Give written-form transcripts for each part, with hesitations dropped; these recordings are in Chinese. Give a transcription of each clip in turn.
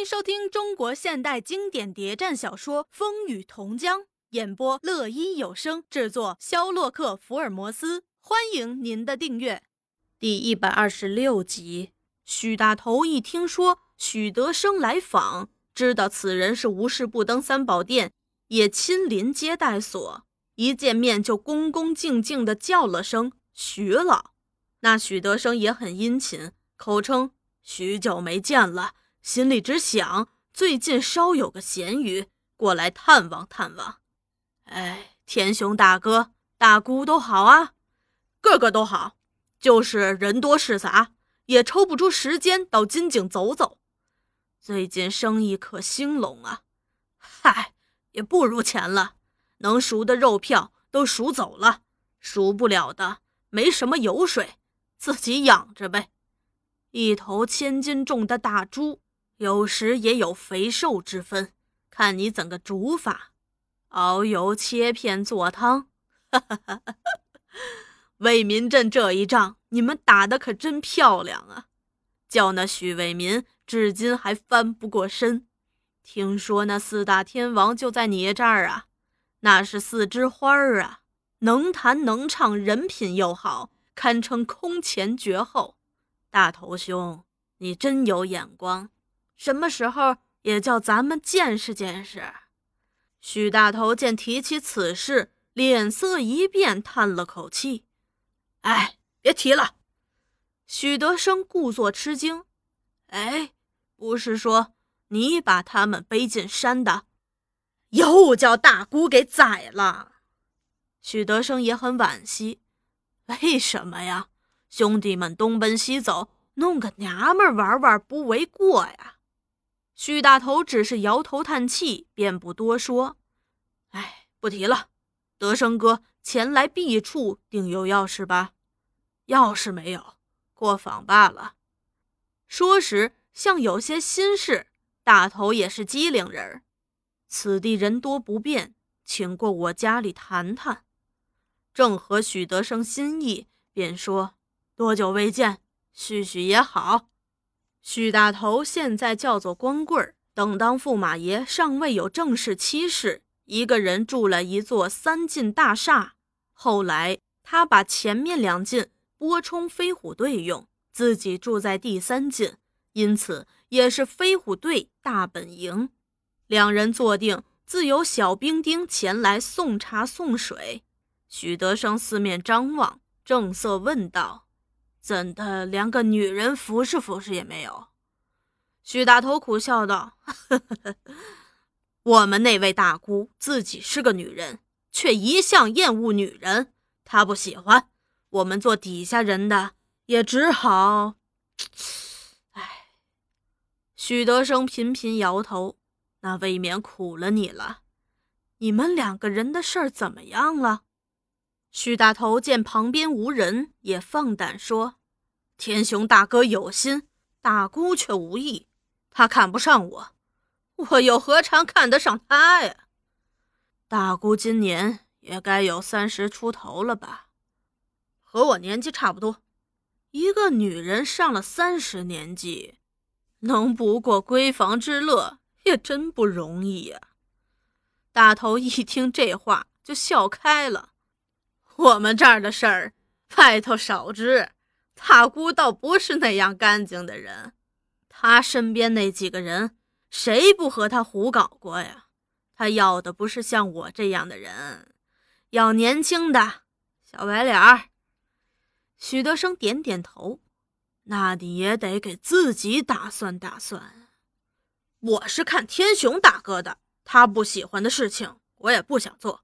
收听中国现代经典谍战小说《风雨同江》，演播乐一有声，制作肖洛克·福尔摩斯。欢迎您的订阅。第126集，许大头一听说许德生来访，知道此人是无事不登三宝殿，也亲临接待所，一见面就恭恭敬敬地叫了声许老。那许德生也很殷勤，口称许久没见了，心里只想最近稍有个闲余，过来探望探望。天兄大哥大姑都好啊，个个都好，就是人多势杂，也抽不出时间到金井走走。最近生意可兴隆啊，也不如前了，能赎的肉票都赎走了，赎不了的没什么油水，自己养着呗。一头1000斤重的大猪，有时也有肥瘦之分，看你怎个煮法，熬油切片做汤。为民镇这一仗你们打得可真漂亮啊，叫那许为民至今还翻不过身。听说那4大天王就在你这儿啊，那是4枝花啊，能弹能唱，人品又好，堪称空前绝后。大头兄，你真有眼光，什么时候也叫咱们见识见识。许大头见提起此事，脸色一变，叹了口气。别提了。许德生故作吃惊。不是说你把他们背进山的？又叫大姑给宰了。许德生也很惋惜。为什么呀？兄弟们东奔西走，弄个娘们玩玩不为过呀。许大头只是摇头叹气，便不多说。不提了。德生哥前来避处，定有要事吧？要事没有，过访罢了。说时像有些心事，大头也是机灵人。此地人多不便，请过我家里谈谈。正合许德生心意，便说多久未见，叙叙也好。许大头现在叫做光棍，等当驸马爷尚未有正式妻室，一个人住了一座3进大厦。后来他把前面2进拨充飞虎队用，自己住在第3进，因此也是飞虎队大本营。2人坐定，自有小兵丁前来送茶送水。许德生四面张望，正色问道：怎的连个女人服侍服侍也没有？许大头苦笑道：我们那位大姑自己是个女人，却一向厌恶女人，她不喜欢，我们做底下人的也只好……许德生频频摇头，那未免苦了你了。你们2个人的事儿怎么样了？许大头见旁边无人，也放胆说：天兄大哥有心，大姑却无意，他看不上我，我又何尝看得上他呀？大姑今年也该有30出头了吧？和我年纪差不多。一个女人上了30年纪，能不过闺房之乐，也真不容易呀。大头一听这话就笑开了。我们这儿的事儿外头少知，大姑倒不是那样干净的人，他身边那几个人谁不和他胡搞过呀？他要的不是像我这样的人，要年轻的小白脸儿。许德生点点头，那你也得给自己打算打算。我是看天雄大哥的，他不喜欢的事情我也不想做。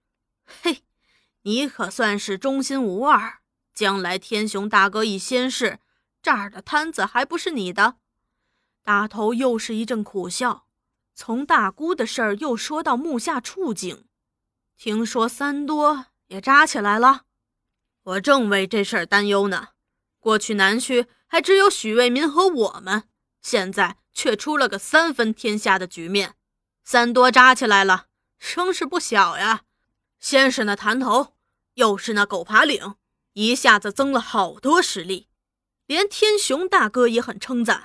你可算是忠心无二，将来天雄大哥一仙逝，这儿的摊子还不是你的？大头又是一阵苦笑，从大姑的事儿又说到目下处境。听说3多也扎起来了，我正为这事儿担忧呢。过去南区还只有许为民和我们，现在却出了个3分天下的局面。3多扎起来了，声势不小呀。先是那潭头，又是那狗爬岭，一下子增了好多实力。连天雄大哥也很称赞，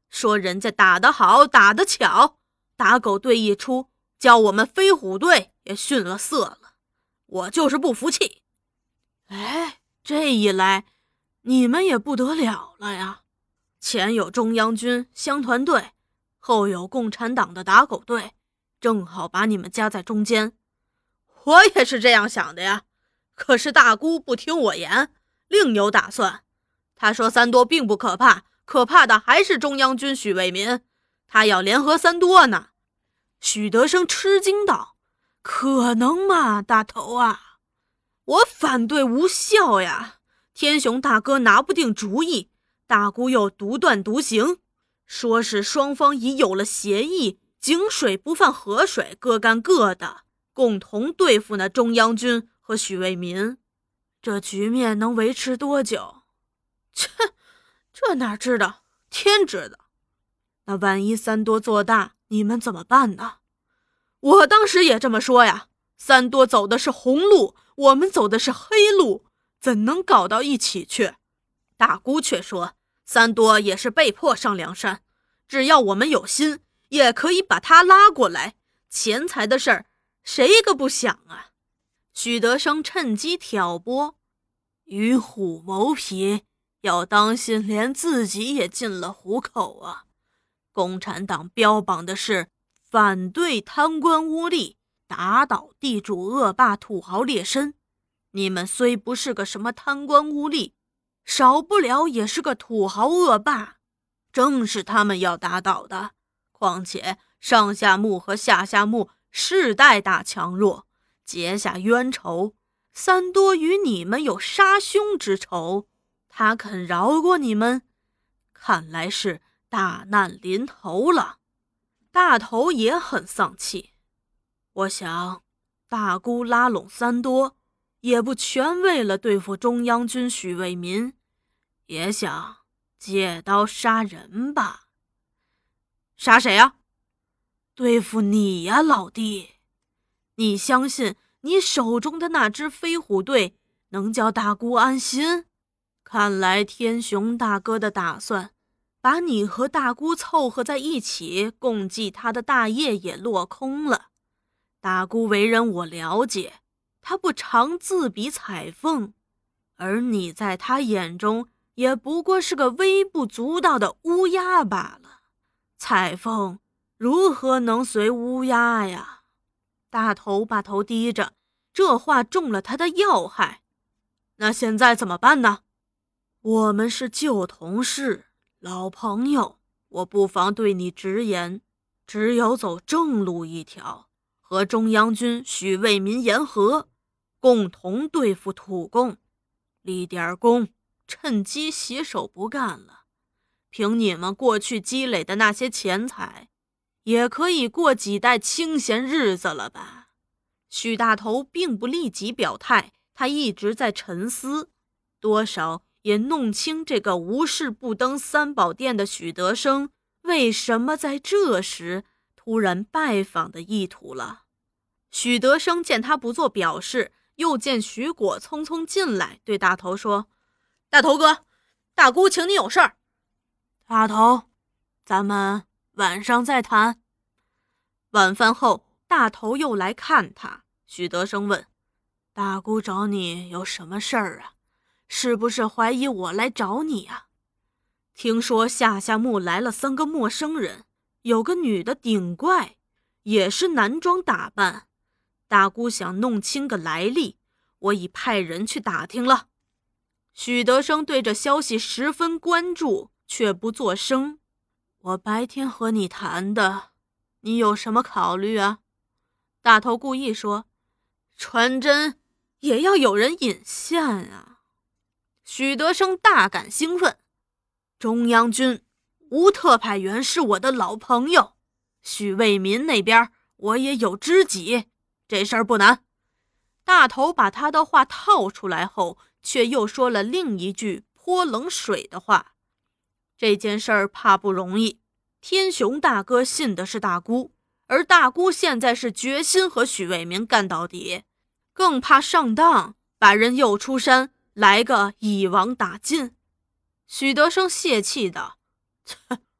说人家打得好，打得巧，打狗队一出，叫我们飞虎队也逊了色了。我就是不服气。哎，这一来，你们也不得了了呀！前有中央军乡团队，后有共产党的打狗队，正好把你们夹在中间。我也是这样想的呀，可是大姑不听我言，另有打算。他说三多并不可怕，可怕的还是中央军许卫民，他要联合三多呢。许德生吃惊道：可能吗，大头啊？我反对无效呀，天雄大哥拿不定主意，大姑又独断独行，说是双方已有了协议，井水不犯河水，各干各的，共同对付那中央军和许卫民。这局面能维持多久？这哪知道，天知道。那万一三多做大，你们怎么办呢？我当时也这么说呀，三多走的是红路，我们走的是黑路，怎能搞到一起去？大姑却说，三多也是被迫上梁山，只要我们有心，也可以把他拉过来。钱财的事儿，谁个不想啊？许德生趁机挑拨，与虎谋皮，要当心连自己也进了虎口啊！共产党标榜的是反对贪官污吏，打倒地主恶霸土豪劣绅。你们虽不是个什么贪官污吏，少不了也是个土豪恶霸，正是他们要打倒的。况且上下目和下下目世代大强弱，结下冤仇，三多与你们有杀兄之仇，他肯饶过你们？看来是大难临头了。大头也很丧气，我想大姑拉拢三多，也不全为了对付中央军许卫民，也想借刀杀人吧。杀谁啊？对付你呀，老弟。你相信你手中的那支飞虎队能叫大姑安心？看来天雄大哥的打算，把你和大姑凑合在一起共计他的大业也落空了。大姑为人我了解，他不常自比彩凤，而你在他眼中也不过是个微不足道的乌鸦罢了。彩凤如何能随乌鸦呀？大头把头低着，这话中了他的要害。那现在怎么办呢？我们是旧同事老朋友，我不妨对你直言，只有走正路一条，和中央军许卫民言和，共同对付土共，立点功，趁机洗手不干了。凭你们过去积累的那些钱财，也可以过几代清闲日子了吧？许大头并不立即表态，他一直在沉思，多少也弄清这个无事不登三宝殿的许德生为什么在这时突然拜访的意图了。许德生见他不做表示，又见许果匆匆进来，对大头说：大头哥，大姑请你有事儿。大头，咱们晚上再谈。晚饭后，大头又来看他，许德生问：大姑找你有什么事儿啊？是不是怀疑我来找你啊？听说下下目来了3个陌生人，有个女的顶怪，也是男装打扮。大姑想弄清个来历，我已派人去打听了。许德生对这消息十分关注，却不作声。我白天和你谈的，你有什么考虑啊？大头故意说：传真也要有人引线啊。许德生大感兴奋，中央军吴特派员是我的老朋友，许卫民那边我也有知己，这事儿不难。大头把他的话套出来后，却又说了另一句泼冷水的话。这件事儿怕不容易，天雄大哥信的是大姑，而大姑现在是决心和许卫民干到底，更怕上当，把人诱出山，来个一网打尽。许德生泄气道：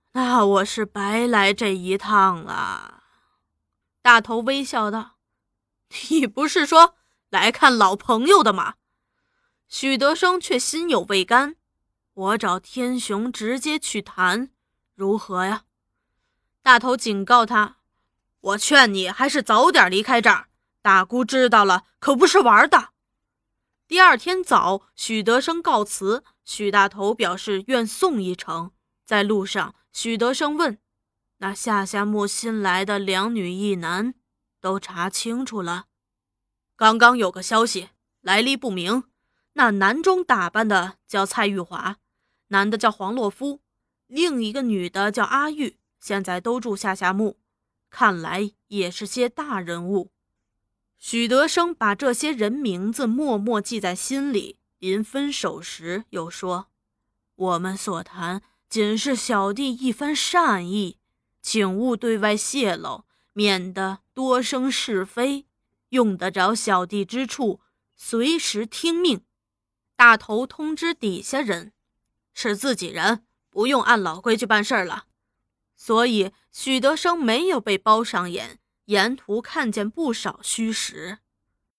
那我是白来这一趟了。大头微笑道：你不是说来看老朋友的吗？许德生却心有未甘，我找天雄直接去谈，如何呀？大头警告他，我劝你还是早点离开这儿，大姑知道了可不是玩的。第二天早，许德生告辞，许大头表示愿送一程。在路上，许德生问，那下墓新来的2女1男都查清楚了？刚刚有个消息，来历不明，那男中打扮的叫蔡玉华，男的叫黄洛夫，另一个女的叫阿玉，现在都住下墓，看来也是些大人物。许德生把这些人名字默默记在心里，临分手时又说，我们所谈仅是小弟一番善意，请勿对外泄露，免得多生是非，用得着小弟之处，随时听命。大头通知底下人，是自己人，不用按老规矩办事了。所以许德生没有被包上眼，沿途看见不少虚实。